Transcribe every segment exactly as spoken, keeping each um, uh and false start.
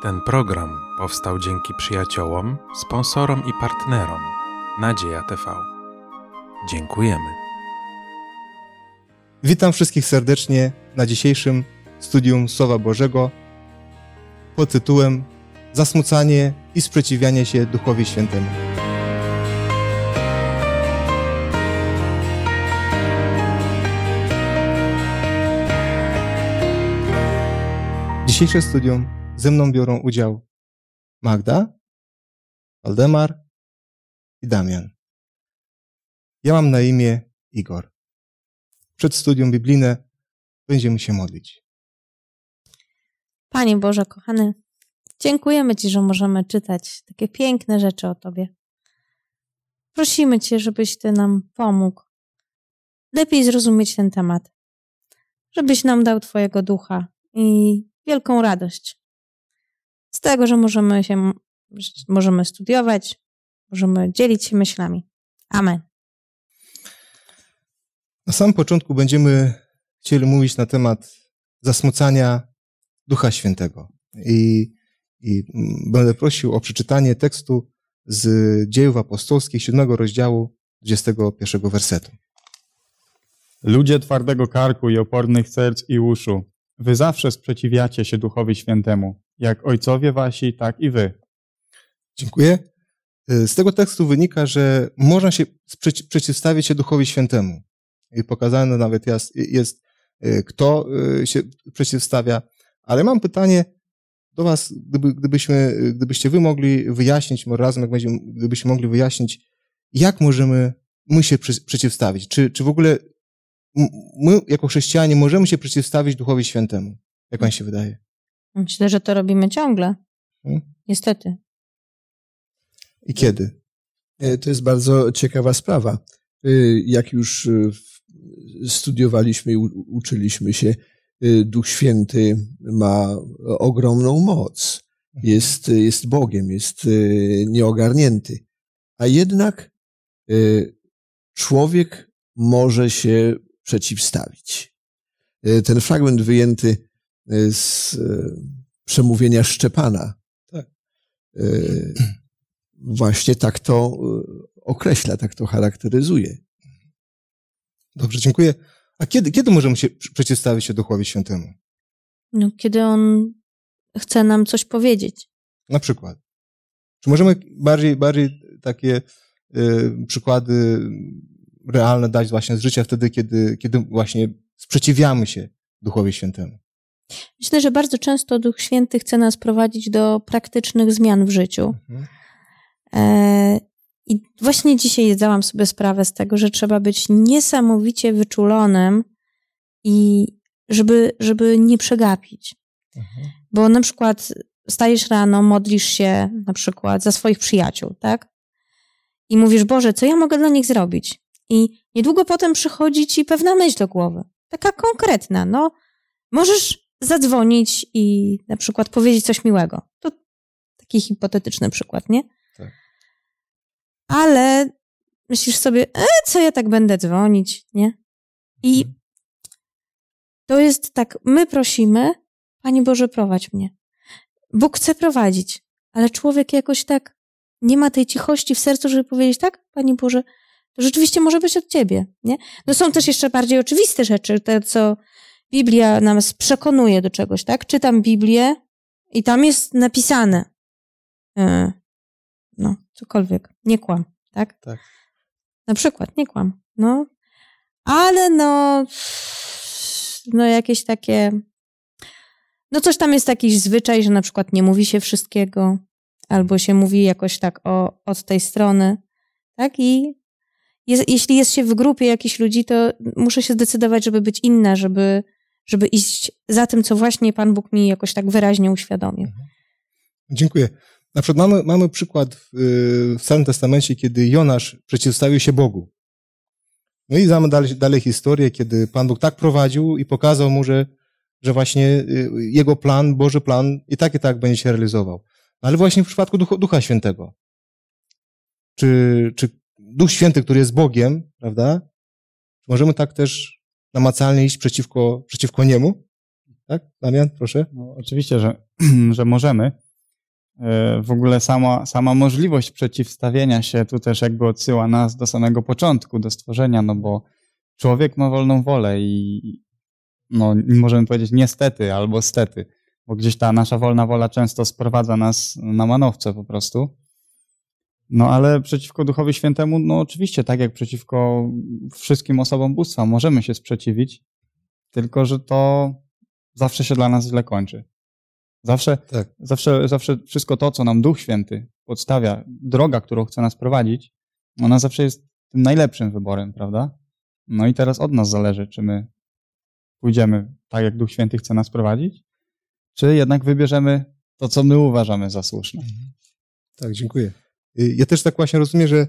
Ten program powstał dzięki przyjaciołom, sponsorom i partnerom Nadzieja T V. Dziękujemy. Witam wszystkich serdecznie na dzisiejszym studium Słowa Bożego pod tytułem Zasmucanie i sprzeciwianie się Duchowi Świętemu. Dzisiejsze studium ze mną biorą udział Magda, Waldemar i Damian. Ja mam na imię Igor. Przed studium biblijne będziemy się modlić. Panie Boże, kochany, dziękujemy Ci, że możemy czytać takie piękne rzeczy o Tobie. Prosimy Cię, żebyś Ty nam pomógł lepiej zrozumieć ten temat, żebyś nam dał Twojego ducha i wielką radość z tego, że możemy się, możemy studiować, możemy dzielić się myślami. Amen. Na samym początku będziemy chcieli mówić na temat zasmucania Ducha Świętego. I, i będę prosił o przeczytanie tekstu z Dziejów Apostolskich, siódmego rozdziału, dwudziestego pierwszego wersetu. Ludzie twardego karku i opornych serc i uszu, wy zawsze sprzeciwiacie się Duchowi Świętemu, jak ojcowie wasi, tak i wy. Dziękuję. Z tego tekstu wynika, że można się sprzeci- przeciwstawić się Duchowi Świętemu. I pokazane nawet jest, jest, kto się przeciwstawia. Ale mam pytanie do was, gdyby, gdybyśmy, gdybyście wy mogli wyjaśnić, może razem, jak będziemy, gdybyśmy mogli wyjaśnić, jak możemy my się przeciwstawić. Czy, czy w ogóle my, jako chrześcijanie, możemy się przeciwstawić Duchowi Świętemu? Jak wam się wydaje? Myślę, że to robimy ciągle. Hmm? Niestety. I kiedy? To jest bardzo ciekawa sprawa. Jak już studiowaliśmy i uczyliśmy się, Duch Święty ma ogromną moc. Jest, jest Bogiem, jest nieogarnięty. A jednak człowiek może się przeciwstawić. Ten fragment wyjęty z przemówienia Szczepana tak. właśnie tak to określa, tak to charakteryzuje. Dobrze, dziękuję. A kiedy, kiedy możemy się przeciwstawić się Duchowi Świętemu? No, kiedy On chce nam coś powiedzieć. Na przykład. Czy możemy bardziej, bardziej takie y, przykłady realne dać właśnie z życia wtedy, kiedy, kiedy właśnie sprzeciwiamy się Duchowi Świętemu? Myślę, że bardzo często Duch Święty chce nas prowadzić do praktycznych zmian w życiu. Mhm. E, I właśnie dzisiaj zdałam sobie sprawę z tego, że trzeba być niesamowicie wyczulonym i żeby, żeby nie przegapić. Mhm. Bo na przykład stajesz rano, modlisz się na przykład za swoich przyjaciół, tak? I mówisz, Boże, co ja mogę dla nich zrobić? I niedługo potem przychodzi ci pewna myśl do głowy. Taka konkretna, no. Możesz zadzwonić i na przykład powiedzieć coś miłego. To taki hipotetyczny przykład, nie? Tak. Ale myślisz sobie, e, co ja tak będę dzwonić, nie? I to jest tak, my prosimy, Panie Boże, prowadź mnie. Bóg chce prowadzić, ale człowiek jakoś tak nie ma tej cichości w sercu, żeby powiedzieć, tak, Panie Boże, to rzeczywiście może być od Ciebie, nie? No są też jeszcze bardziej oczywiste rzeczy, te, co Biblia nas przekonuje do czegoś, tak? Czytam Biblię i tam jest napisane, yy, no, cokolwiek, nie kłam, tak? Tak. Na przykład, nie kłam, no. Ale no, no jakieś takie, no coś tam jest jakiś zwyczaj, że na przykład nie mówi się wszystkiego, albo się mówi jakoś tak o, od tej strony, tak? I jest, jeśli jest się w grupie jakichś ludzi, to muszę się zdecydować, żeby być inna, żeby, żeby iść za tym, co właśnie Pan Bóg mi jakoś tak wyraźnie uświadomił. Mhm. Dziękuję. Na przykład mamy, mamy przykład w, w Starym Testamencie, kiedy Jonasz przeciwstawił się Bogu. No i znamy dalej, dalej historię, kiedy Pan Bóg tak prowadził i pokazał mu, że, że właśnie jego plan, Boży plan i tak i tak będzie się realizował. Ale właśnie w przypadku Ducha, Ducha Świętego. Czy, czy Duch Święty, który jest Bogiem, prawda? Możemy tak też namacalnie iść przeciwko, przeciwko Niemu? Tak? Damian, proszę. No, oczywiście, że, że możemy. W ogóle sama, sama możliwość przeciwstawienia się tu też jakby odsyła nas do samego początku, do stworzenia, no bo człowiek ma wolną wolę i no możemy powiedzieć niestety albo stety, bo gdzieś ta nasza wolna wola często sprowadza nas na manowce po prostu. No ale przeciwko Duchowi Świętemu, no oczywiście tak jak przeciwko wszystkim osobom bóstwa możemy się sprzeciwić, tylko że to zawsze się dla nas źle kończy. Zawsze, tak. zawsze, zawsze wszystko to, co nam Duch Święty podstawia, droga, którą chce nas prowadzić, ona zawsze jest tym najlepszym wyborem, prawda? No i teraz od nas zależy, czy my pójdziemy tak, jak Duch Święty chce nas prowadzić, czy jednak wybierzemy to, co my uważamy za słuszne. Tak, dziękuję. Ja też tak właśnie rozumiem, że,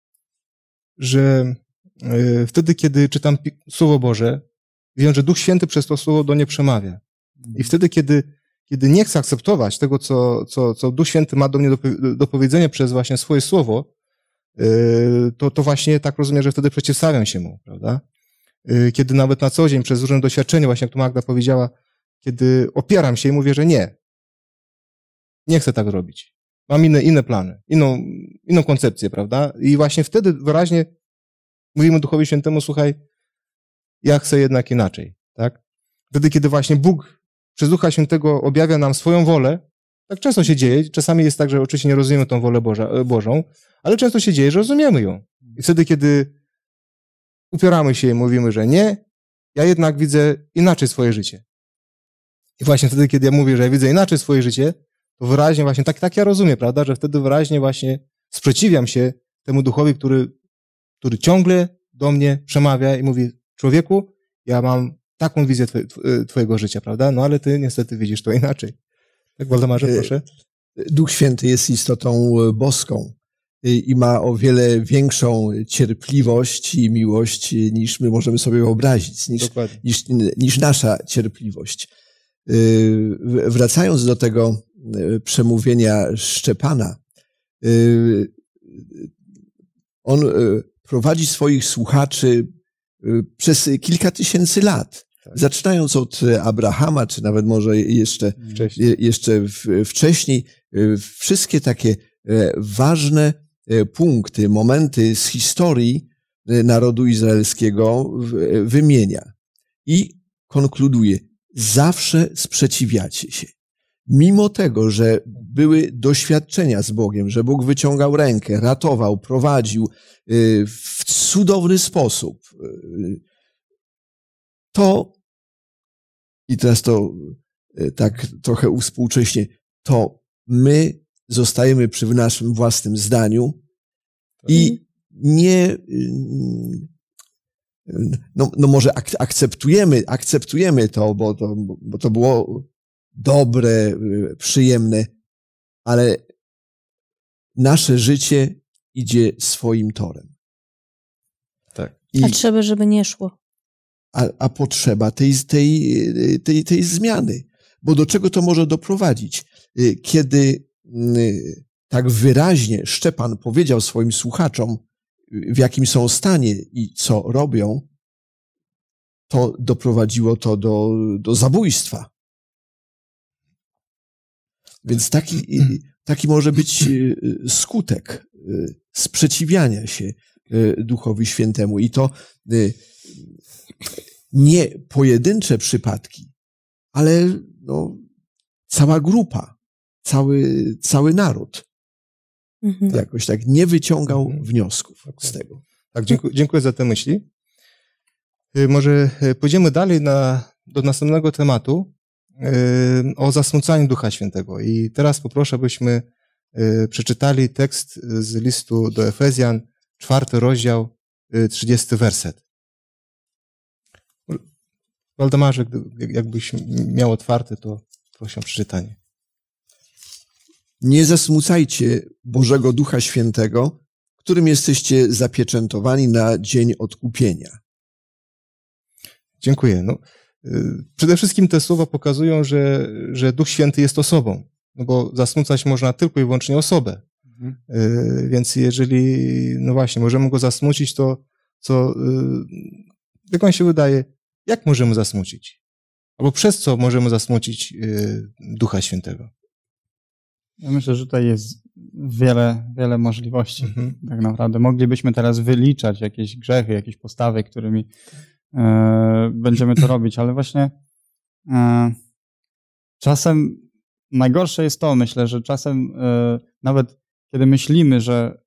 że wtedy, kiedy czytam Słowo Boże, wiem, że Duch Święty przez to Słowo do mnie przemawia. I wtedy, kiedy, kiedy nie chcę akceptować tego, co, co, co Duch Święty ma do mnie do, do powiedzenia przez właśnie swoje Słowo, to, to właśnie tak rozumiem, że wtedy przeciwstawiam się Mu, prawda? Kiedy nawet na co dzień przez różne doświadczenia, właśnie jak tu Magda powiedziała, kiedy opieram się i mówię, że nie, nie chcę tak robić. Mam inne, inne plany, inną, inną koncepcję, prawda? I właśnie wtedy wyraźnie mówimy Duchowi Świętemu, słuchaj, ja chcę jednak inaczej, tak? Wtedy, kiedy właśnie Bóg przez Ducha Świętego objawia nam swoją wolę, tak często się dzieje, czasami jest tak, że oczywiście nie rozumiemy tą wolę Boża, Bożą, ale często się dzieje, że rozumiemy ją. I wtedy, kiedy upieramy się i mówimy, że nie, ja jednak widzę inaczej swoje życie. I właśnie wtedy, kiedy ja mówię, że ja widzę inaczej swoje życie, to wyraźnie właśnie, tak, tak ja rozumiem, prawda, że wtedy wyraźnie właśnie sprzeciwiam się temu duchowi, który, który ciągle do mnie przemawia i mówi, człowieku, ja mam taką wizję twoje, twojego życia, prawda, no ale ty niestety widzisz to inaczej. Tak, Waldemarze, proszę. Duch Święty jest istotą boską i ma o wiele większą cierpliwość i miłość, niż my możemy sobie wyobrazić, niż, niż, niż nasza cierpliwość. Wracając do tego przemówienia Szczepana, on prowadzi swoich słuchaczy przez kilka tysięcy lat, tak. Zaczynając od Abrahama, czy nawet może jeszcze wcześniej, jeszcze wcześniej, wszystkie takie ważne punkty, momenty z historii narodu izraelskiego wymienia i konkluduje: zawsze sprzeciwiacie się. Mimo tego, że były doświadczenia z Bogiem, że Bóg wyciągał rękę, ratował, prowadził w cudowny sposób, to, i teraz to tak trochę uwspółcześnie, to my zostajemy przy naszym własnym zdaniu i nie, no, no może ak akceptujemy, akceptujemy to, bo to, bo to było dobre, przyjemne, ale nasze życie idzie swoim torem. Tak. I, a trzeba, żeby nie szło. A, a potrzeba tej, tej, tej, tej zmiany. Bo do czego to może doprowadzić? Kiedy tak wyraźnie Szczepan powiedział swoim słuchaczom, w jakim są stanie i co robią, to doprowadziło to do, do zabójstwa. Więc taki, taki może być skutek sprzeciwiania się Duchowi Świętemu. I to nie pojedyncze przypadki, ale no, cała grupa, cały, cały naród mhm. jakoś tak nie wyciągał mhm. wniosków z tego. Tak, dziękuję, dziękuję za te myśli. Może pójdziemy dalej na, do następnego tematu, o zasmucaniu Ducha Świętego. I teraz poproszę, byśmy przeczytali tekst z listu do Efezjan, czwarty rozdział, trzydziesty werset. Waldemarze, jakbyś miał otwarty, to proszę o przeczytanie. Nie zasmucajcie Bożego Ducha Świętego, którym jesteście zapieczętowani na dzień odkupienia. Dziękuję. No, przede wszystkim te słowa pokazują, że, że Duch Święty jest osobą, no bo zasmucać można tylko i wyłącznie osobę. Mhm. Więc jeżeli, no właśnie, możemy go zasmucić, to co, jak wam się wydaje, jak możemy zasmucić? Albo przez co możemy zasmucić Ducha Świętego? Ja myślę, że tutaj jest wiele, wiele możliwości. Mhm. Tak naprawdę moglibyśmy teraz wyliczać jakieś grzechy, jakieś postawy, którymi e, będziemy to robić, ale właśnie e, czasem najgorsze jest to, myślę, że czasem e, nawet kiedy myślimy, że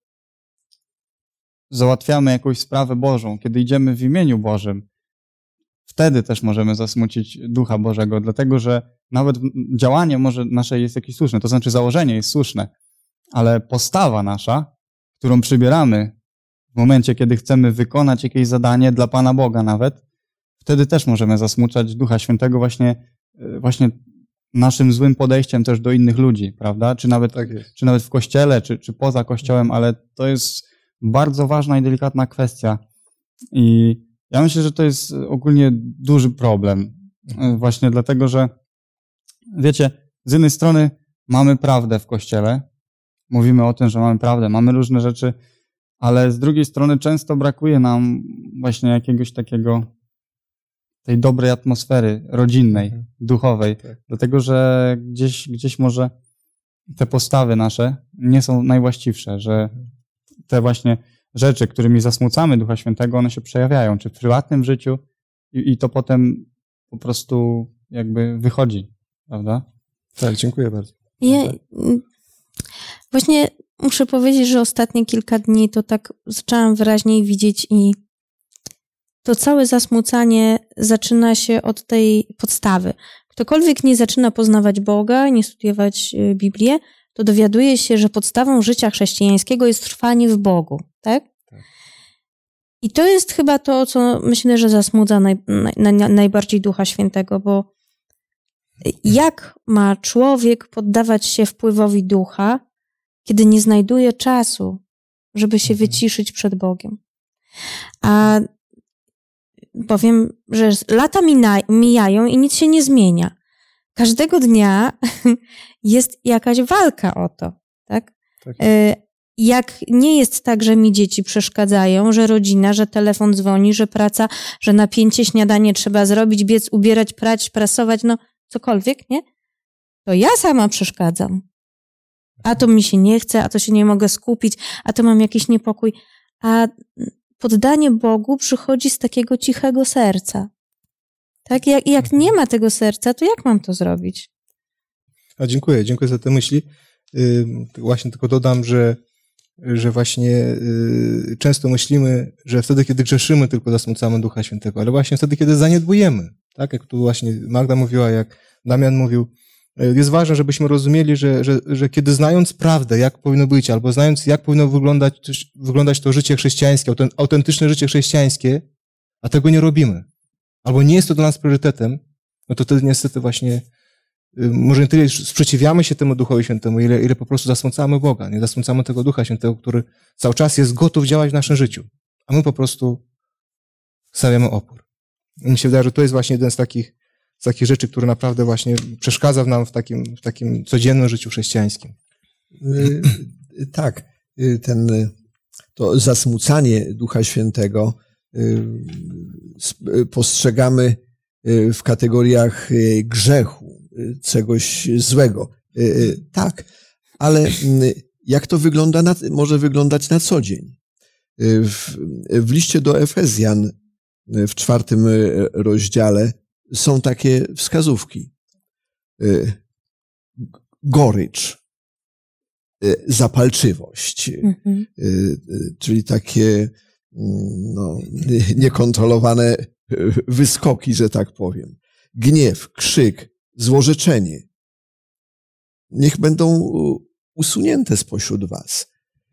załatwiamy jakąś sprawę Bożą, kiedy idziemy w imieniu Bożym, wtedy też możemy zasmucić Ducha Bożego, dlatego że nawet działanie może nasze jest jakieś słuszne, to znaczy założenie jest słuszne, ale postawa nasza, którą przybieramy w momencie, kiedy chcemy wykonać jakieś zadanie dla Pana Boga nawet, wtedy też możemy zasmucać Ducha Świętego właśnie, właśnie naszym złym podejściem też do innych ludzi, prawda? Czy nawet, tak czy nawet w kościele, czy, czy poza kościołem, ale to jest bardzo ważna i delikatna kwestia. I ja myślę, że to jest ogólnie duży problem. Właśnie dlatego, że wiecie, z jednej strony mamy prawdę w kościele, mówimy o tym, że mamy prawdę, mamy różne rzeczy, ale z drugiej strony często brakuje nam właśnie jakiegoś takiego, tej dobrej atmosfery rodzinnej, mhm. duchowej, tak. Dlatego, że gdzieś, gdzieś może te postawy nasze nie są najwłaściwsze, że te właśnie rzeczy, którymi zasmucamy Ducha Świętego, one się przejawiają, czy w prywatnym życiu i, i to potem po prostu jakby wychodzi, prawda? Tak, dziękuję bardzo. Ja właśnie muszę powiedzieć, że ostatnie kilka dni to tak zaczęłam wyraźniej widzieć i to całe zasmucanie zaczyna się od tej podstawy. Ktokolwiek nie zaczyna poznawać Boga, nie studiować Biblię, to dowiaduje się, że podstawą życia chrześcijańskiego jest trwanie w Bogu, tak? tak. I to jest chyba to, co myślę, że zasmudza naj, naj, najbardziej Ducha Świętego, bo jak ma człowiek poddawać się wpływowi Ducha, kiedy nie znajduje czasu, żeby się mhm. wyciszyć przed Bogiem? A powiem, że lata mijają i nic się nie zmienia. Każdego dnia jest jakaś walka o to, tak? tak? Jak nie jest tak, że mi dzieci przeszkadzają, że rodzina, że telefon dzwoni, że praca, że napięcie, śniadanie trzeba zrobić, biec, ubierać, prać, prasować, no cokolwiek, nie? To ja sama przeszkadzam. A to mi się nie chce, a to się nie mogę skupić, a to mam jakiś niepokój. A poddanie Bogu przychodzi z takiego cichego serca. Tak? Jak, jak nie ma tego serca, to jak mam to zrobić? A dziękuję, dziękuję za te myśli. Yy, właśnie tylko dodam, że, że właśnie yy, często myślimy, że wtedy, kiedy grzeszymy, tylko zasmucamy Ducha Świętego, ale właśnie wtedy, kiedy zaniedbujemy. Tak? Jak tu właśnie Magda mówiła, jak Damian mówił, yy, jest ważne, żebyśmy rozumieli, że, że, że kiedy znając prawdę, jak powinno być, albo znając, jak powinno wyglądać, wyglądać to życie chrześcijańskie, autentyczne życie chrześcijańskie, a tego nie robimy, albo nie jest to dla nas priorytetem, no to wtedy niestety właśnie y, może nie tyle sprzeciwiamy się temu Duchowi Świętemu, ile, ile po prostu zasmucamy Boga, nie zasmucamy tego Ducha Świętego, który cały czas jest gotów działać w naszym życiu, a my po prostu stawiamy opór. I mi się wydaje, że to jest właśnie jeden z takich, z takich rzeczy, który naprawdę właśnie przeszkadza nam w takim, w takim codziennym życiu chrześcijańskim. Y, tak, y, ten, to zasmucanie Ducha Świętego postrzegamy w kategoriach grzechu, czegoś złego. Tak, ale jak to wygląda na, może wyglądać na co dzień? W, w liście do Efezjan w czwartym rozdziale są takie wskazówki. Gorycz, zapalczywość, mhm. czyli takie no, niekontrolowane wyskoki, że tak powiem. Gniew, krzyk, złorzeczenie. Niech będą usunięte spośród was.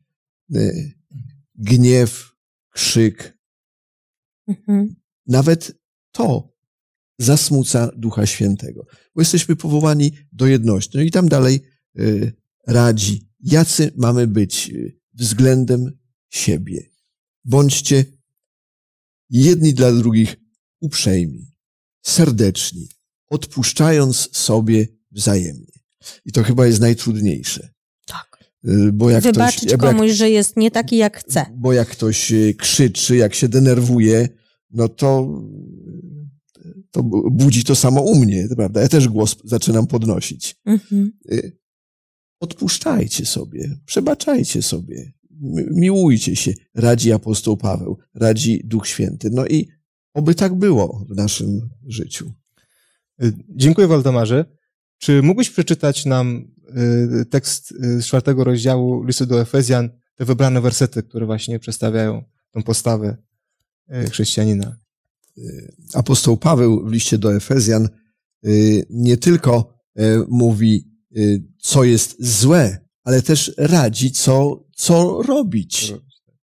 Gniew, krzyk. Mhm. Nawet to zasmuca Ducha Świętego. Bo jesteśmy powołani do jedności. No i tam dalej radzi, jacy mamy być względem siebie. Bądźcie jedni dla drugich uprzejmi, serdeczni, odpuszczając sobie wzajemnie. I to chyba jest najtrudniejsze. Tak. Bo jak Wybaczyć ktoś, komuś, jak, że jest nie taki, jak chce. Bo jak ktoś krzyczy, jak się denerwuje, no to, to budzi to samo u mnie, prawda? Ja też głos zaczynam podnosić. Mhm. odpuszczajcie sobie, przebaczajcie sobie, miłujcie się, radzi apostoł Paweł, radzi Duch Święty. No i oby tak było w naszym życiu. Dziękuję, Waldemarze. Czy mógłbyś przeczytać nam tekst z czwartego rozdziału listu do Efezjan, te wybrane wersety, które właśnie przedstawiają tą postawę chrześcijanina? Apostoł Paweł w liście do Efezjan nie tylko mówi, co jest złe, ale też radzi, co, co robić.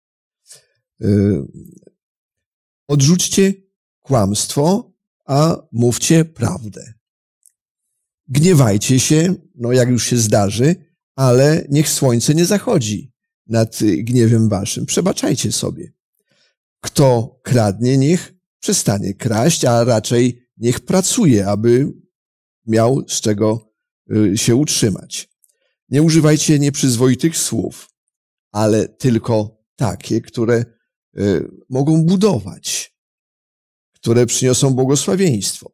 Odrzućcie kłamstwo, a mówcie prawdę. Gniewajcie się, no jak już się zdarzy, ale niech słońce nie zachodzi nad gniewem waszym. Przebaczajcie sobie. Kto kradnie, niech przestanie kraść, a raczej niech pracuje, aby miał z czego się utrzymać. Nie używajcie nieprzyzwoitych słów, ale tylko takie, które mogą budować, które przyniosą błogosławieństwo.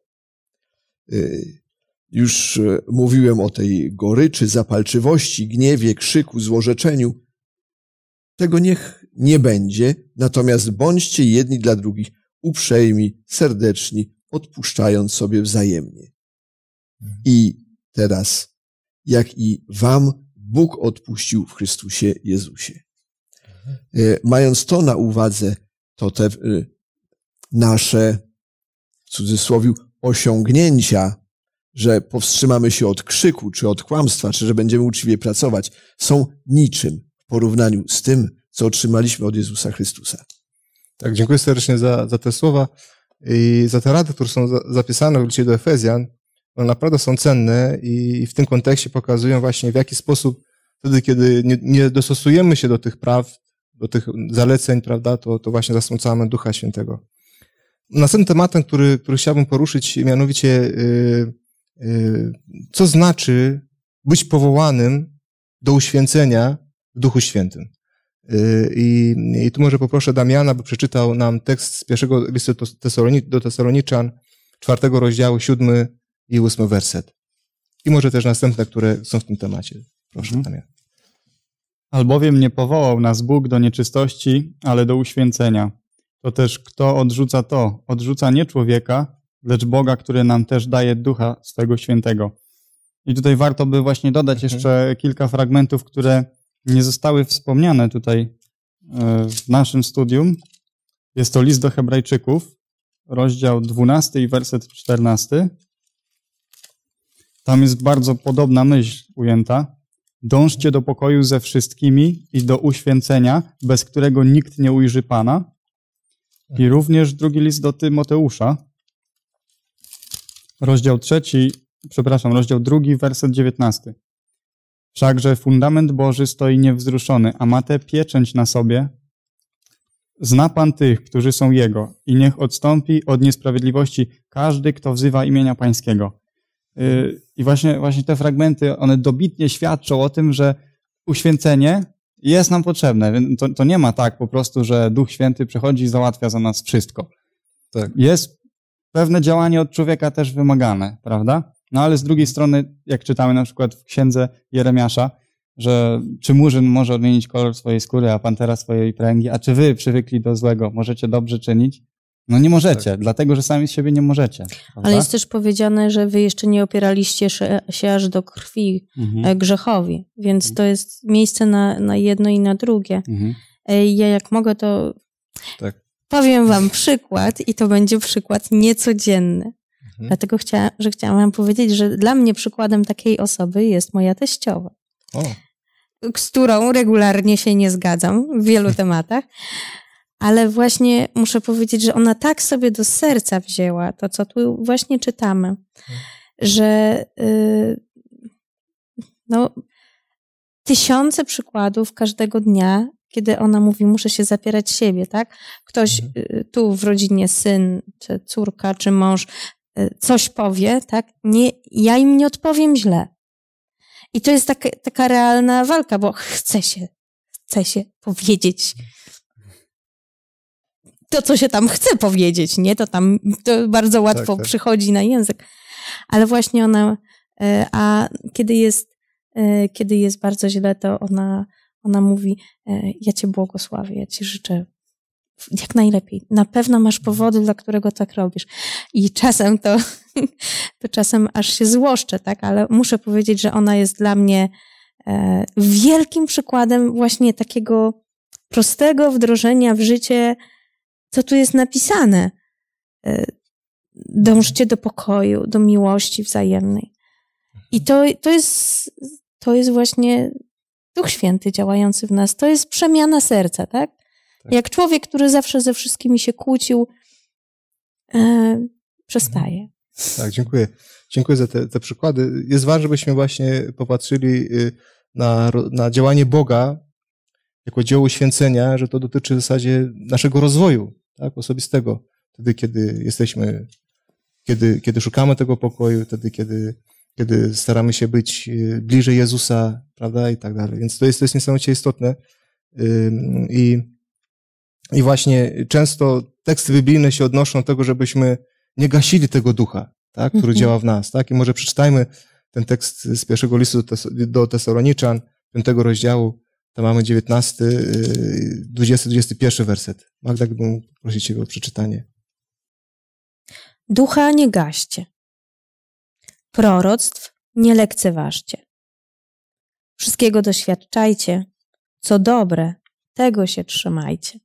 Już mówiłem o tej goryczy, zapalczywości, gniewie, krzyku, złorzeczeniu. Tego niech nie będzie, natomiast bądźcie jedni dla drugich uprzejmi, serdeczni, odpuszczając sobie wzajemnie. I teraz, jak i wam Bóg odpuścił w Chrystusie Jezusie. Mając to na uwadze, to te nasze, w cudzysłowie, osiągnięcia, że powstrzymamy się od krzyku, czy od kłamstwa, czy że będziemy uczciwie pracować, są niczym w porównaniu z tym, co otrzymaliśmy od Jezusa Chrystusa. Tak, dziękuję serdecznie za, za te słowa i za te rady, które są zapisane w liście do Efezjan. One naprawdę są cenne i w tym kontekście pokazują właśnie, w jaki sposób wtedy, kiedy nie, nie dostosujemy się do tych praw, do tych zaleceń, prawda, to, to właśnie zasmucamy Ducha Świętego. Następnym tematem, który, który chciałbym poruszyć, mianowicie yy, yy, co znaczy być powołanym do uświęcenia w Duchu Świętym. Yy, i, I tu może poproszę Damiana, by przeczytał nam tekst z pierwszego listu do Tesaloniczan, czwartego rozdziału, siódmy i ósmy werset. I może też następne, które są w tym temacie. Proszę, Damian. Albowiem nie powołał nas Bóg do nieczystości, ale do uświęcenia. To też kto odrzuca to? Odrzuca nie człowieka, lecz Boga, który nam też daje Ducha swego Świętego. I tutaj warto by właśnie dodać mhm. jeszcze kilka fragmentów, które nie zostały wspomniane tutaj w naszym studium. Jest to list do Hebrajczyków, rozdział dwunasty i werset czternasty. Tam jest bardzo podobna myśl ujęta. Dążcie do pokoju ze wszystkimi i do uświęcenia, bez którego nikt nie ujrzy Pana. I również drugi list do Tymoteusza, rozdział trzeci, przepraszam, rozdział drugi, werset dziewiętnasty. Wszakże fundament Boży stoi niewzruszony, a ma tę pieczęć na sobie. Zna Pan tych, którzy są Jego i niech odstąpi od niesprawiedliwości każdy, kto wzywa imienia Pańskiego. I właśnie, właśnie te fragmenty, one dobitnie świadczą o tym, że uświęcenie jest nam potrzebne. To, to nie ma tak po prostu, że Duch Święty przychodzi i załatwia za nas wszystko. Tak. Jest pewne działanie od człowieka też wymagane, prawda? No ale z drugiej strony, jak czytamy na przykład w księdze Jeremiasza, że czy murzyn może odmienić kolor swojej skóry, a pantera swojej pręgi, a czy wy przywykli do złego, możecie dobrze czynić? No nie możecie, tak. Dlatego, że sami z siebie nie możecie. Prawda? Ale jest też powiedziane, że wy jeszcze nie opieraliście się aż do krwi mhm. grzechowi, więc mhm. to jest miejsce na, na jedno i na drugie. Mhm. Ja jak mogę, to tak. powiem wam przykład i to będzie przykład niecodzienny. Mhm. Dlatego chcia, że chciałam wam powiedzieć, że dla mnie przykładem takiej osoby jest moja teściowa, o. z którą regularnie się nie zgadzam w wielu tematach. Ale właśnie muszę powiedzieć, że ona tak sobie do serca wzięła to, co tu właśnie czytamy, że yy, no, tysiące przykładów każdego dnia, kiedy ona mówi, muszę się zapierać siebie, tak? Ktoś yy, tu w rodzinie, syn, czy córka, czy mąż yy, coś powie, tak? Nie, ja im nie odpowiem źle. I to jest taka, taka realna walka, bo chce się, chce się powiedzieć to, co się tam chce powiedzieć, nie? To tam to bardzo łatwo tak, tak. przychodzi na język. Ale właśnie ona, a kiedy jest kiedy jest bardzo źle, to ona, ona mówi, ja cię błogosławię, ja ci życzę jak najlepiej. Na pewno masz powody, dla którego tak robisz. I czasem to, to czasem aż się złoszczę, tak? Ale muszę powiedzieć, że ona jest dla mnie wielkim przykładem właśnie takiego prostego wdrożenia w życie, co tu jest napisane. Dążcie do pokoju, do miłości wzajemnej. I to, to jest, to jest właśnie Duch Święty działający w nas. To jest przemiana serca, tak? tak. Jak człowiek, który zawsze ze wszystkimi się kłócił, e, przestaje. Tak, dziękuję. Dziękuję za te, te przykłady. Jest ważne, żebyśmy właśnie popatrzyli na, na działanie Boga jako dzieło święcenia, że to dotyczy w zasadzie naszego rozwoju, tak, osobistego. Wtedy, kiedy jesteśmy, kiedy, kiedy szukamy tego pokoju, wtedy, kiedy, kiedy staramy się być bliżej Jezusa, prawda, i tak dalej. Więc to jest, to jest niesamowicie istotne. I, i właśnie często teksty biblijne się odnoszą do tego, żebyśmy nie gasili tego ducha, tak, który mhm. działa w nas, tak. I może przeczytajmy ten tekst z pierwszego listu do Tesaloniczan, piątego rozdziału. Tam mamy dziewiętnasty, dwudziesty, dwudziesty pierwszy werset. Magda, gdybym prosić Cię o przeczytanie. Ducha nie gaście. Proroctw nie lekceważcie. Wszystkiego doświadczajcie. Co dobre, tego się trzymajcie.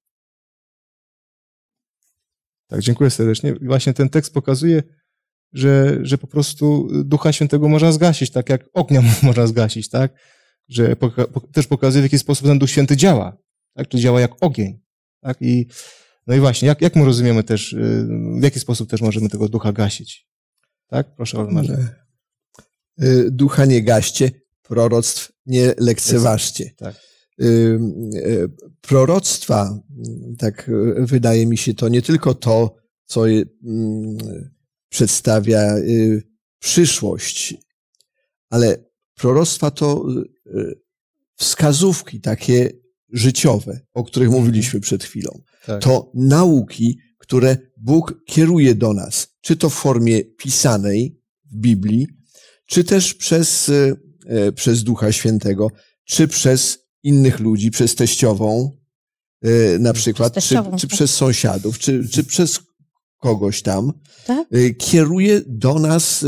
Tak, dziękuję serdecznie. Właśnie ten tekst pokazuje, że, że po prostu Ducha Świętego można zgasić, tak jak ognia można zgasić, tak? Że poka- po- też pokazuje, w jaki sposób ten Duch Święty działa, tak? Czyli działa jak ogień, tak? I, no i właśnie, jak, jak my rozumiemy też, w jaki sposób też możemy tego Ducha gasić, tak? Proszę, Waldemarze. Ducha nie gaście, proroctw nie lekceważcie. Tak. Proroctwa, tak wydaje mi się, to nie tylko to, co przedstawia przyszłość, ale proroctwa to wskazówki takie życiowe, o których mówiliśmy przed chwilą. Tak. To nauki, które Bóg kieruje do nas, czy to w formie pisanej w Biblii, czy też przez, przez Ducha Świętego, czy przez innych ludzi, przez teściową na przykład, czy, czy przez sąsiadów, czy, czy przez kogoś tam, tak? Kieruje do nas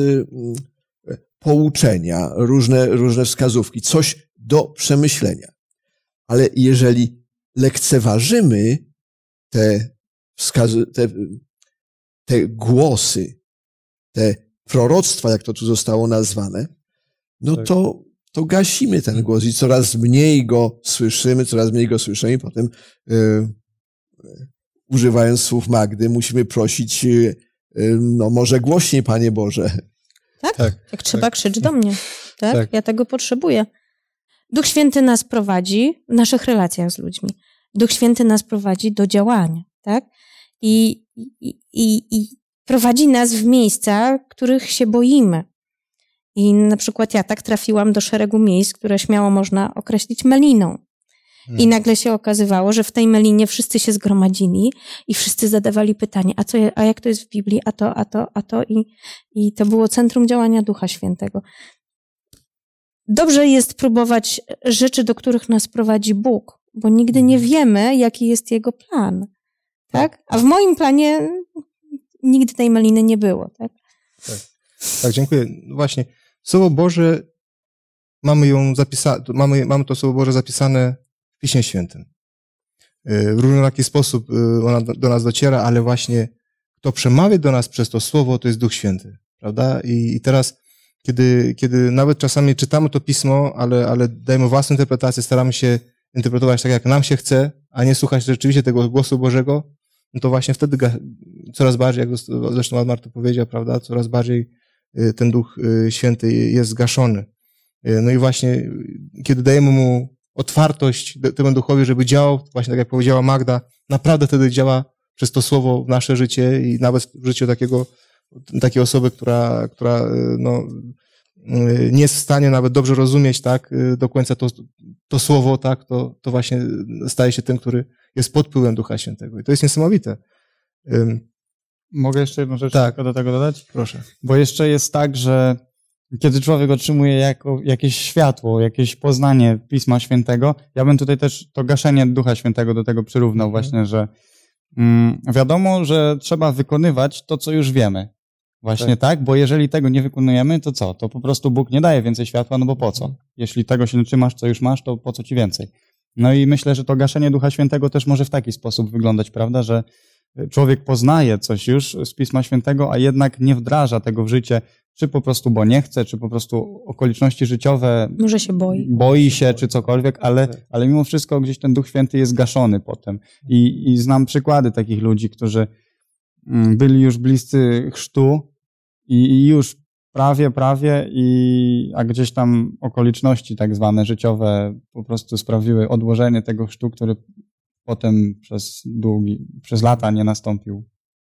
pouczenia, różne, różne wskazówki, coś do przemyślenia. Ale jeżeli lekceważymy te, wskazy, te, te głosy, te proroctwa, jak to tu zostało nazwane, no tak. to, to gasimy ten głos i coraz mniej go słyszymy, coraz mniej go słyszymy i potem yy, używając słów Magdy, musimy prosić, yy, no może głośniej, Panie Boże. Tak? tak Jak trzeba, tak. krzycz do mnie. Tak? tak? Ja tego potrzebuję. Duch Święty nas prowadzi w naszych relacjach z ludźmi. Duch Święty nas prowadzi do działania. Tak? I, i, i, i prowadzi nas w miejsca, których się boimy. I na przykład ja tak trafiłam do szeregu miejsc, które śmiało można określić meliną. I nagle się okazywało, że w tej melinie wszyscy się zgromadzili i wszyscy zadawali pytanie, a co, a jak to jest w Biblii, a to, a to, a to i, i to było centrum działania Ducha Świętego. Dobrze jest próbować rzeczy, do których nas prowadzi Bóg, bo nigdy nie wiemy, jaki jest Jego plan. Tak? A w moim planie nigdy tej meliny nie było. Tak, tak. tak dziękuję. Właśnie, Słowo Boże, mamy ją zapisane, mamy, mamy to Słowo Boże zapisane w Piśmie Świętym. W różnoraki sposób ona do nas dociera, ale właśnie kto przemawia do nas przez to Słowo, to jest Duch Święty, prawda? I, i teraz, kiedy, kiedy nawet czasami czytamy to Pismo, ale, ale dajemy własną interpretację, staramy się interpretować tak, jak nam się chce, a nie słuchać rzeczywiście tego głosu Bożego, no to właśnie wtedy coraz bardziej, jak zresztą Waldemar to powiedział, prawda, coraz bardziej ten Duch Święty jest zgaszony. No i właśnie, kiedy dajemy Mu otwartość temu Duchowi, żeby działał, właśnie tak jak powiedziała Magda, naprawdę wtedy działa przez to Słowo w nasze życie i nawet w życiu takiego, takiej osoby, która, która no, nie jest w stanie nawet dobrze rozumieć, tak, do końca to, to Słowo, tak, to, to właśnie staje się tym, który jest pod wpływem Ducha Świętego. I to jest niesamowite. Mogę jeszcze jedną rzecz tak. do tego dodać? Proszę. Bo jeszcze jest tak, że kiedy człowiek otrzymuje jako, jakieś światło, jakieś poznanie Pisma Świętego, ja bym tutaj też to gaszenie Ducha Świętego do tego przyrównał Mhm. właśnie, że mm, wiadomo, że trzeba wykonywać to, co już wiemy. Właśnie tak. tak, bo jeżeli tego nie wykonujemy, to co? To po prostu Bóg nie daje więcej światła, no bo po co? Jeśli tego się nie trzymasz, co już masz, to po co ci więcej? No i myślę, że to gaszenie Ducha Świętego też może w taki sposób wyglądać, prawda, że człowiek poznaje coś już z Pisma Świętego, a jednak nie wdraża tego w życie, czy po prostu bo nie chce, czy po prostu okoliczności życiowe Może się boi. boi się, czy cokolwiek, ale, ale mimo wszystko gdzieś ten Duch Święty jest gaszony potem. I, i znam przykłady takich ludzi, którzy mm, byli już bliscy chrztu i, i już prawie, prawie, i, a gdzieś tam okoliczności tak zwane życiowe po prostu sprawiły odłożenie tego chrztu, który potem przez długi, przez lata nie nastąpił.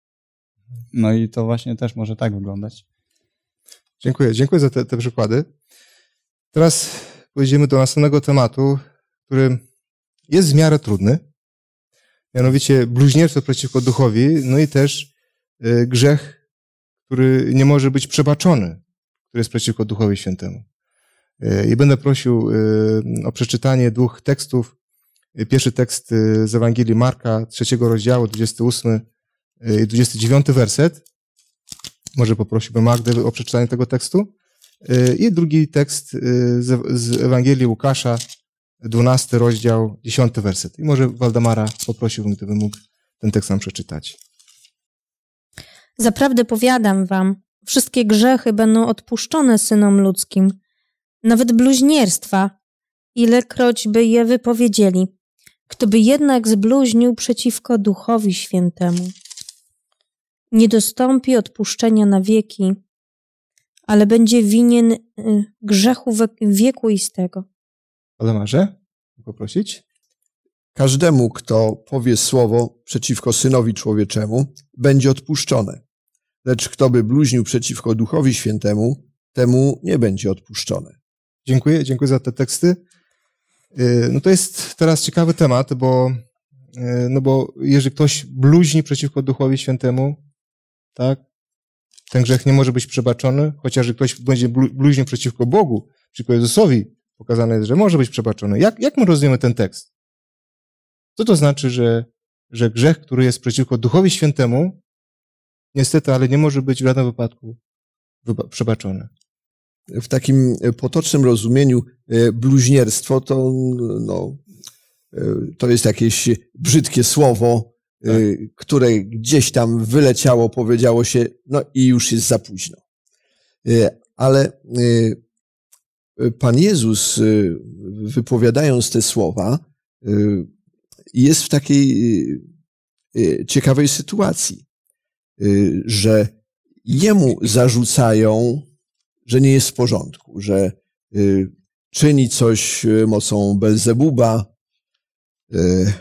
No i to właśnie też może tak wyglądać. Dziękuję, dziękuję za te, te przykłady. Teraz przejdziemy do następnego tematu, który jest w miarę trudny. Mianowicie bluźnierstwo przeciwko duchowi, no i też y, grzech, który nie może być przebaczony, który jest przeciwko Duchowi Świętemu. Y, I będę prosił y, o przeczytanie dwóch tekstów. Pierwszy tekst z Ewangelii Marka, trzeciego rozdziału, dwudziesty ósmy i dwudziesty dziewiąty werset. Może poprosiłbym Magdę o przeczytanie tego tekstu. I drugi tekst z Ewangelii Łukasza, dwunasty rozdział, dziesiąty werset. I może Waldemara poprosiłbym, gdyby mógł ten tekst nam przeczytać. Zaprawdę powiadam wam, wszystkie grzechy będą odpuszczone synom ludzkim, nawet bluźnierstwa, ilekroć by je wypowiedzieli. Kto by jednak zbluźnił przeciwko Duchowi Świętemu, nie dostąpi odpuszczenia na wieki, ale będzie winien grzechu wiekuistego. Waldemarze, poprosić? Każdemu, kto powie słowo przeciwko Synowi Człowieczemu, będzie odpuszczone. Lecz kto by bluźnił przeciwko Duchowi Świętemu, temu nie będzie odpuszczone. Dziękuję, dziękuję za te teksty. No to jest teraz ciekawy temat, bo, no bo jeżeli ktoś bluźni przeciwko Duchowi Świętemu, tak, ten grzech nie może być przebaczony, chociaż jeżeli ktoś będzie bluźnił przeciwko Bogu, przeciwko Jezusowi, pokazane jest, że może być przebaczony. Jak, jak my rozumiemy ten tekst? Co to znaczy, że, że grzech, który jest przeciwko Duchowi Świętemu, niestety, ale nie może być w żadnym wypadku przebaczony? W takim potocznym rozumieniu bluźnierstwo to, no, to jest jakieś brzydkie słowo, tak, które gdzieś tam wyleciało, powiedziało się, no i już jest za późno. Ale Pan Jezus, wypowiadając te słowa, jest w takiej ciekawej sytuacji, że Jemu zarzucają, że nie jest w porządku, że y, czyni coś mocą Belzebuba. Y,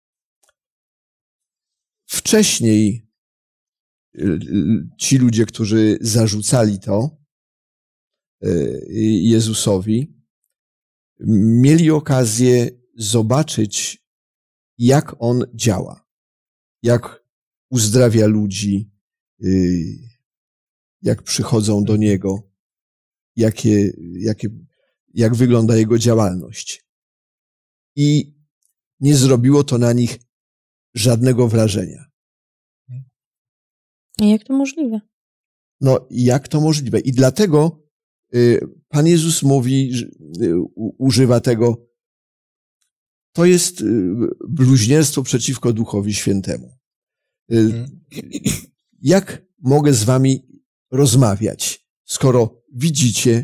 wcześniej y, ci ludzie, którzy zarzucali to y, Jezusowi, mieli okazję zobaczyć, jak On działa, jak uzdrawia ludzi, y, jak przychodzą do Niego, Jakie, jakie, jak wygląda jego działalność. I nie zrobiło to na nich żadnego wrażenia. A jak to możliwe? No, jak to możliwe? I dlatego y, Pan Jezus mówi, y, używa tego, to jest y, bluźnierstwo przeciwko Duchowi Świętemu. Y, hmm. Jak mogę z wami rozmawiać, skoro widzicie,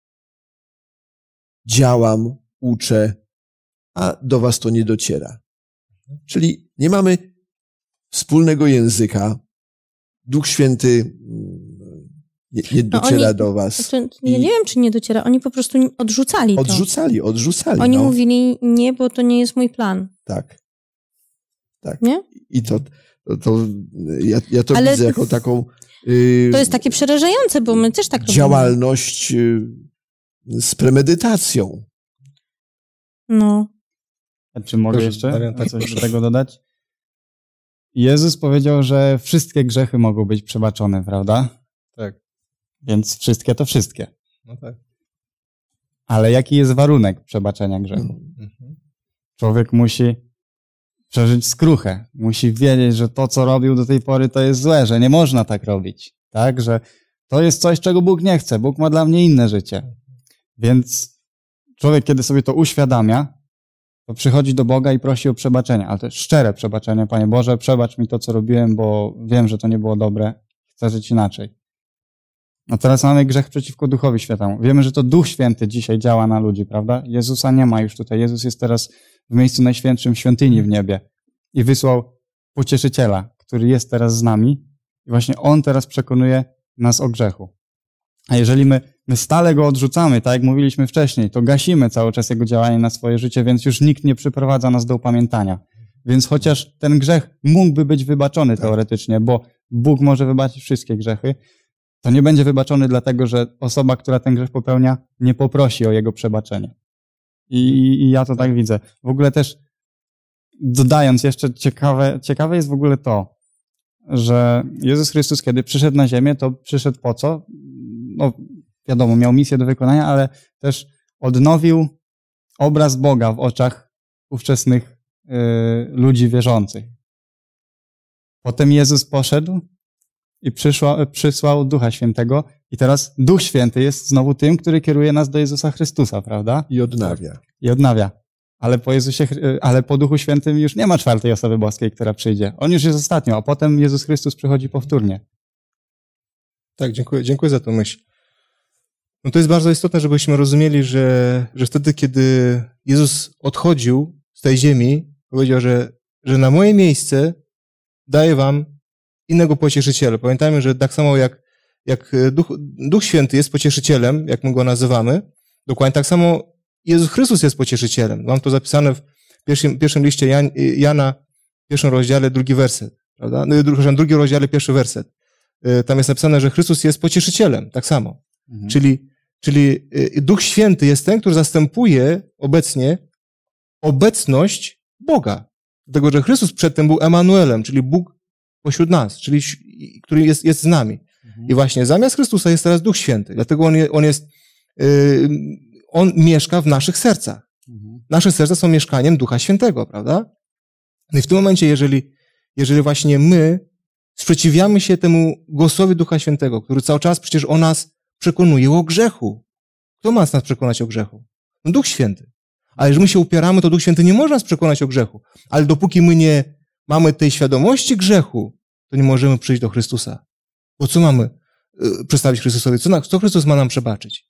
działam, uczę, a do was to nie dociera. Czyli nie mamy wspólnego języka. Duch Święty nie, nie dociera no oni, do was. To, ja nie wiem, czy nie dociera. Oni po prostu odrzucali to. Odrzucali, odrzucali. Oni no. mówili nie, bo to nie jest mój plan. Tak. Tak. Nie? I to, to, to ja, ja to Ale widzę jako taką to jest takie przerażające, bo my też tak robimy. Działalność z premedytacją. No. A czy mogę Proszę, jeszcze Damian, tak, coś proszę. do tego dodać? Jezus powiedział, że wszystkie grzechy mogą być przebaczone, prawda? Tak. Więc wszystkie to wszystkie. No tak. Ale jaki jest warunek przebaczenia grzechu? Mhm. Człowiek musi przeżyć skruchę. Musi wiedzieć, że to, co robił do tej pory, to jest złe, że nie można tak robić. Tak? Że to jest coś, czego Bóg nie chce. Bóg ma dla mnie inne życie. Więc człowiek, kiedy sobie to uświadamia, to przychodzi do Boga i prosi o przebaczenie. Ale to jest szczere przebaczenie. Panie Boże, przebacz mi to, co robiłem, bo wiem, że to nie było dobre. Chcę żyć inaczej. A teraz mamy grzech przeciwko Duchowi Świętemu. Wiemy, że to Duch Święty dzisiaj działa na ludzi, prawda? Jezusa nie ma już tutaj. Jezus jest teraz w miejscu najświętszym świątyni w niebie i wysłał Pocieszyciela, który jest teraz z nami i właśnie On teraz przekonuje nas o grzechu. A jeżeli my, my stale Go odrzucamy, tak jak mówiliśmy wcześniej, to gasimy cały czas Jego działanie na swoje życie, więc już nikt nie przyprowadza nas do upamiętania. Więc chociaż ten grzech mógłby być wybaczony teoretycznie, bo Bóg może wybaczyć wszystkie grzechy, to nie będzie wybaczony dlatego, że osoba, która ten grzech popełnia, nie poprosi o jego przebaczenie. I, i ja to tak widzę. W ogóle też dodając jeszcze ciekawe, ciekawe jest w ogóle to, że Jezus Chrystus, kiedy przyszedł na ziemię, to przyszedł po co? No wiadomo, miał misję do wykonania, ale też odnowił obraz Boga w oczach ówczesnych y, ludzi wierzących. Potem Jezus poszedł i przyszła, przysłał Ducha Świętego i teraz Duch Święty jest znowu tym, który kieruje nas do Jezusa Chrystusa, prawda? I odnawia. I odnawia. Ale po Jezusie, ale po Duchu Świętym już nie ma czwartej osoby boskiej, która przyjdzie. On już jest ostatnią, a potem Jezus Chrystus przychodzi powtórnie. Tak, dziękuję, dziękuję za tę myśl. No to jest bardzo istotne, żebyśmy rozumieli, że, że wtedy, kiedy Jezus odchodził z tej ziemi, powiedział, że, że na moje miejsce daję wam innego pocieszyciela. Pamiętajmy, że tak samo jak, jak Duch, Duch Święty jest pocieszycielem, jak my go nazywamy, dokładnie tak samo Jezus Chrystus jest pocieszycielem. Mam to zapisane w pierwszym, pierwszym liście Jan, Jana, w pierwszym rozdziale, drugi werset, prawda? No, w drugim rozdziale, pierwszy werset. Tam jest napisane, że Chrystus jest pocieszycielem, tak samo. Mhm. Czyli, czyli Duch Święty jest ten, który zastępuje obecnie obecność Boga. Dlatego, że Chrystus przedtem był Emanuelem, czyli Bóg pośród nas, czyli który jest, jest z nami. Mhm. I właśnie zamiast Chrystusa jest teraz Duch Święty. Dlatego On, je, on jest, yy, On mieszka w naszych sercach. Mhm. Nasze serca są mieszkaniem Ducha Świętego, prawda? No i w tym momencie, jeżeli, jeżeli właśnie my sprzeciwiamy się temu głosowi Ducha Świętego, który cały czas przecież o nas przekonuje o grzechu. Kto ma nas przekonać o grzechu? No Duch Święty. A jeżeli my się upieramy, to Duch Święty nie może nas przekonać o grzechu. Ale dopóki my nie mamy tej świadomości grzechu, to nie możemy przyjść do Chrystusa. Bo co mamy y, przedstawić Chrystusowi? Co, na, co Chrystus ma nam przebaczyć?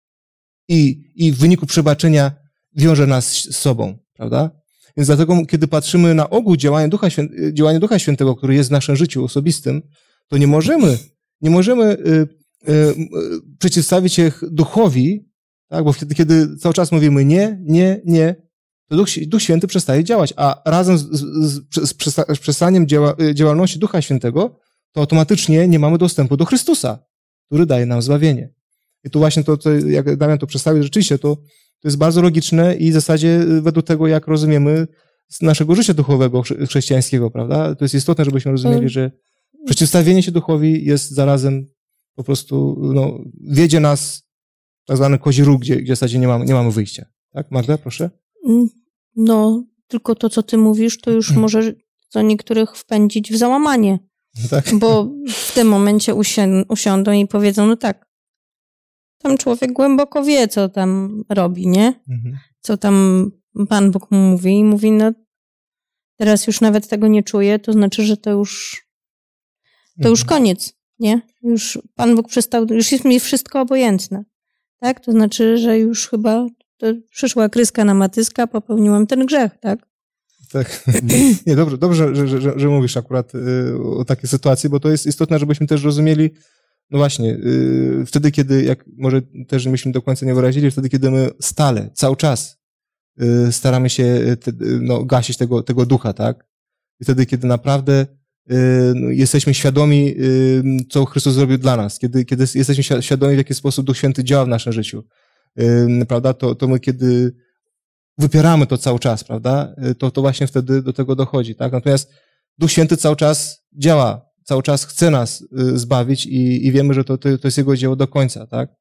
I, I w wyniku przebaczenia wiąże nas z sobą, prawda? Więc dlatego, kiedy patrzymy na ogół działania Ducha, Świę... działania Ducha Świętego, który jest w naszym życiu osobistym, to nie możemy, nie możemy y, y, y, przeciwstawić się Duchowi, tak? Bo wtedy, kiedy cały czas mówimy nie, nie, nie, to Duch, Duch Święty przestaje działać, a razem z, z, z, z przestaniem działa, działalności Ducha Świętego, to automatycznie nie mamy dostępu do Chrystusa, który daje nam zbawienie. I tu właśnie to, to jak Damian to przedstawił, rzeczywiście to, to jest bardzo logiczne i w zasadzie według tego, jak rozumiemy z naszego życia duchowego chrześcijańskiego, prawda? To jest istotne, żebyśmy rozumieli, że przeciwstawienie się Duchowi jest zarazem po prostu, no, wiedzie nas tak zwany kozi róg, gdzie, gdzie w zasadzie nie mamy, nie mamy wyjścia. Tak, Magda, proszę? No, tylko to, co ty mówisz, to już może co niektórych wpędzić w załamanie. Tak. Bo w tym momencie usi- usiądą i powiedzą, no tak, tam człowiek głęboko wie, co tam robi, nie? Mhm. Co tam Pan Bóg mu mówi i mówi, no teraz już nawet tego nie czuję, to znaczy, że to już to mhm. już koniec, nie? Już Pan Bóg przestał, już jest mi wszystko obojętne, tak? To znaczy, że już chyba to przyszła kryska na matyska, popełniłam ten grzech, tak? Tak. Nie, dobrze, dobrze że, że, że mówisz akurat y, o takiej sytuacji, bo to jest istotne, żebyśmy też rozumieli, no właśnie, y, wtedy, kiedy, jak może też myśmy do końca nie wyrazili, wtedy, kiedy my stale, cały czas y, staramy się te, no, gasić tego, tego ducha, tak? I wtedy, kiedy naprawdę y, no, jesteśmy świadomi, y, co Chrystus zrobił dla nas, kiedy, kiedy jesteśmy świadomi, w jaki sposób Duch Święty działa w naszym życiu, y, prawda? To, to my, kiedy wypieramy to cały czas, prawda? To, to właśnie wtedy do tego dochodzi, tak? Natomiast Duch Święty cały czas działa, cały czas chce nas zbawić i, i wiemy, że to, to jest Jego dzieło do końca, tak?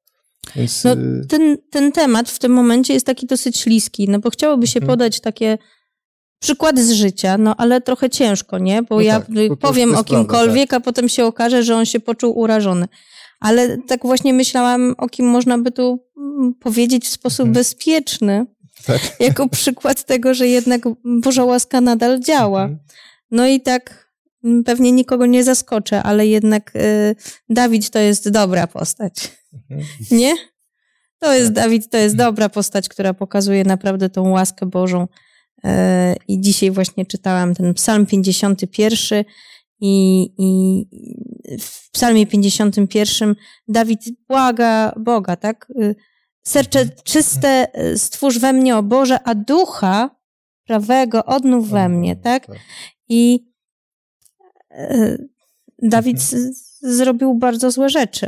Więc, No, ten, ten temat w tym momencie jest taki dosyć śliski, no bo chciałoby się Mhm. podać takie przykłady z życia, no ale trochę ciężko, nie? Bo No ja tak, to- to- powiem to o jest prawda, kimkolwiek, a potem się okaże, że on się poczuł urażony. Ale tak właśnie myślałam, o kim można by tu mm, powiedzieć w sposób Mhm. bezpieczny, tak. jako przykład tego, że jednak Boża łaska nadal działa. Mhm. No i tak mm, pewnie nikogo nie zaskoczę, ale jednak y, Dawid to jest dobra postać. Mhm. Nie? To jest Tak. Dawid, to jest dobra postać, która pokazuje naprawdę tą łaskę Bożą. E, I dzisiaj właśnie czytałam ten Psalm pięćdziesiąty pierwszy i, i w Psalmie pięćdziesiątym pierwszym Dawid błaga Boga, tak? Y, Serce czyste y, stwórz we mnie, o Boże, a ducha prawego odnów we mnie, tak? I e, Dawid z, zrobił bardzo złe rzeczy.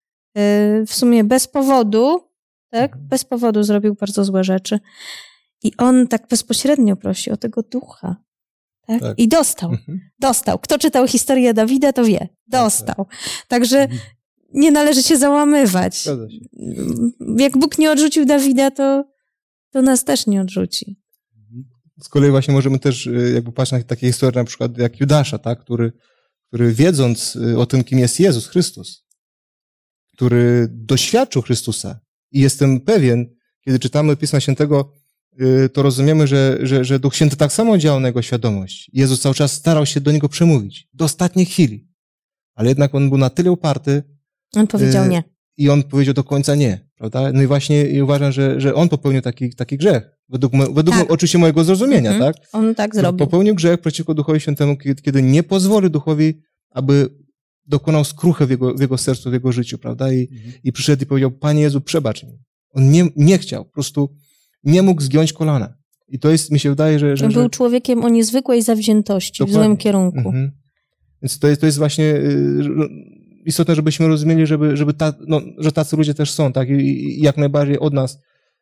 E, w sumie bez powodu, tak? Bez powodu zrobił bardzo złe rzeczy. I on tak bezpośrednio prosi o tego ducha. Tak? Tak. I dostał. Mhm. Dostał. Kto czytał historię Dawida, to wie. Dostał. Także nie należy się załamywać. Zgadza się. Jak Bóg nie odrzucił Dawida, to, to nas też nie odrzuci. Z kolei właśnie możemy też y, jakby patrzeć na takie historie, na przykład jak Judasza, tak? który, który wiedząc y, o tym, kim jest Jezus Chrystus, który doświadczył Chrystusa i jestem pewien, kiedy czytamy Pisma Świętego, y, to rozumiemy, że, że, że Duch Święty tak samo działał na jego świadomość. Jezus cały czas starał się do niego przemówić, do ostatniej chwili. Ale jednak on był na tyle uparty, On powiedział Y, nie. i on powiedział do końca nie, prawda? No i właśnie i uważam, że, że on popełnił taki, taki grzech. Według, mo, według Tak. mo, oczywiście mojego zrozumienia, Mhm. tak? On tak zrobił. Popełnił grzech przeciwko Duchowi Świętemu, kiedy, kiedy nie pozwoli Duchowi, aby dokonał skruchę w jego, w jego sercu, w jego życiu, prawda? I, Mhm. i przyszedł i powiedział, Panie Jezu, przebacz mi. On nie, nie chciał, po prostu nie mógł zgiąć kolana. I to jest, mi się wydaje, że... że, Był że człowiekiem o niezwykłej zawziętości, w Dokładnie. złym kierunku. Mhm. Więc to jest, to jest właśnie y, istotne, żebyśmy rozumieli, żeby, żeby ta, no, że tacy ludzie też są, tak? I, i jak najbardziej od nas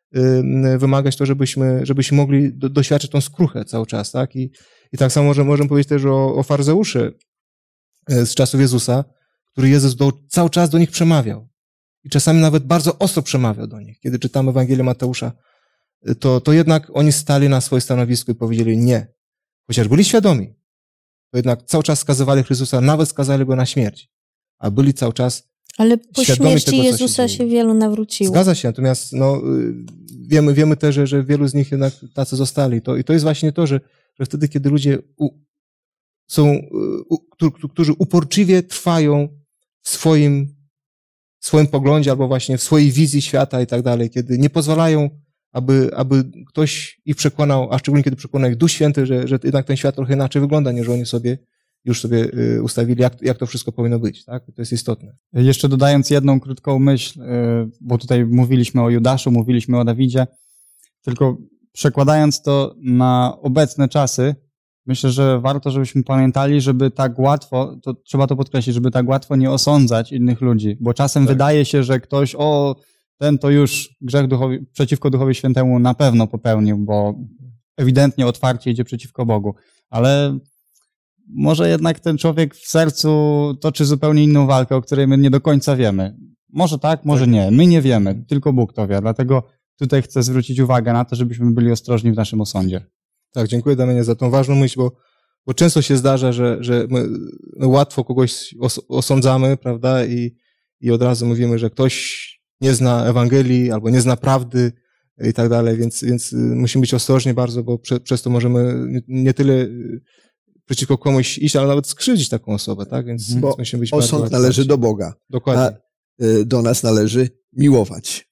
y, wymagać to, żebyśmy, żebyśmy mogli do, doświadczyć tą skruchę cały czas, tak? I, i tak samo że możemy powiedzieć też o, o faryzeuszy y, z czasów Jezusa, który Jezus do, cały czas do nich przemawiał. I czasami nawet bardzo ostro przemawiał do nich. Kiedy czytamy Ewangelię Mateusza, y, to, to jednak oni stali na swoim stanowisku i powiedzieli nie. Chociaż byli świadomi, to jednak cały czas skazywali Chrystusa, nawet skazali go na śmierć. A byli cały czas Ale po świadomi śmierci tego, co się Jezusa dzieje. się wielu nawróciło. Zgadza się, natomiast no, y, wiemy, wiemy też, że, że wielu z nich jednak tacy zostali. To, I to jest właśnie to, że, że wtedy, kiedy ludzie u, są, y, u, którzy, którzy uporczywie trwają w swoim, w swoim poglądzie albo właśnie w swojej wizji świata i tak dalej, kiedy nie pozwalają, aby, aby ktoś ich przekonał, a szczególnie kiedy przekona ich Duch Święty, że, że jednak ten świat trochę inaczej wygląda, niż oni sobie już sobie y, ustawili, jak, jak to wszystko powinno być. Tak? To jest istotne. Jeszcze dodając jedną krótką myśl, y, bo tutaj mówiliśmy o Judaszu, mówiliśmy o Dawidzie, tylko przekładając to na obecne czasy, myślę, że warto, żebyśmy pamiętali, żeby tak łatwo, to trzeba to podkreślić, żeby tak łatwo nie osądzać innych ludzi, bo czasem Tak. wydaje się, że ktoś, o, ten to już grzech duchowi, przeciwko Duchowi Świętemu na pewno popełnił, bo ewidentnie otwarcie idzie przeciwko Bogu, ale może jednak ten człowiek w sercu toczy zupełnie inną walkę, o której my nie do końca wiemy. Może tak, może nie. My nie wiemy, tylko Bóg to wie. Dlatego tutaj chcę zwrócić uwagę na to, żebyśmy byli ostrożni w naszym osądzie. Tak, dziękuję Damianie za tą ważną myśl, bo, bo często się zdarza, że, że my no, łatwo kogoś os, osądzamy, prawda, i, i od razu mówimy, że ktoś nie zna Ewangelii albo nie zna prawdy i tak dalej, więc, więc musimy być ostrożni bardzo, bo prze, przez to możemy nie, nie tyle przeciwko komuś iść, ale nawet skrzywdzić taką osobę, tak? Więc, Bo więc musimy być bardzo osąd należy otwarci. do Boga, Dokładnie. a y, do nas należy miłować.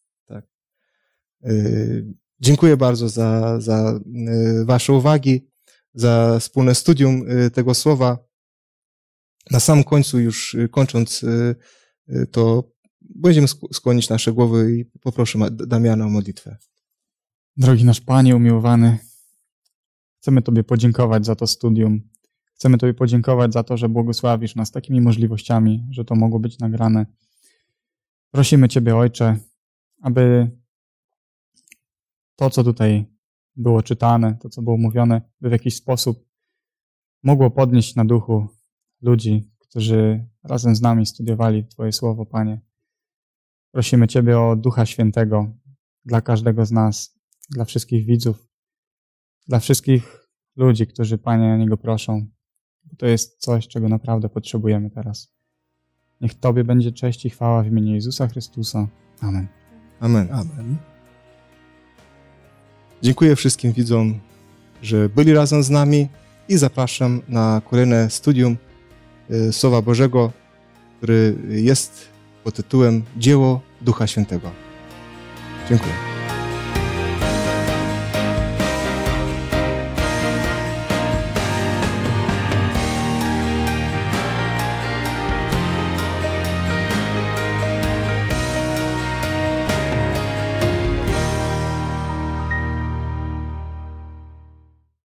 Y, Dziękuję bardzo za, za y, wasze uwagi, za wspólne studium y, tego słowa. Na samym końcu już y, kończąc, y, y, to będziemy sk- skłonić nasze głowy i poproszę Ma- Damiana o modlitwę. Drogi nasz Panie umiłowany, chcemy Tobie podziękować za to studium. Chcemy Tobie podziękować za to, że błogosławisz nas takimi możliwościami, że to mogło być nagrane. Prosimy Ciebie, Ojcze, aby to, co tutaj było czytane, to, co było mówione, by w jakiś sposób mogło podnieść na duchu ludzi, którzy razem z nami studiowali Twoje słowo, Panie. Prosimy Ciebie o Ducha Świętego dla każdego z nas, dla wszystkich widzów, dla wszystkich ludzi, którzy, Panie, o Niego proszą. Bo to jest coś, czego naprawdę potrzebujemy teraz. Niech Tobie będzie cześć i chwała w imieniu Jezusa Chrystusa. Amen. Amen. Amen. Dziękuję wszystkim widzom, że byli razem z nami i zapraszam na kolejne studium y, Słowa Bożego, który jest pod tytułem Dzieło Ducha Świętego. Dziękuję.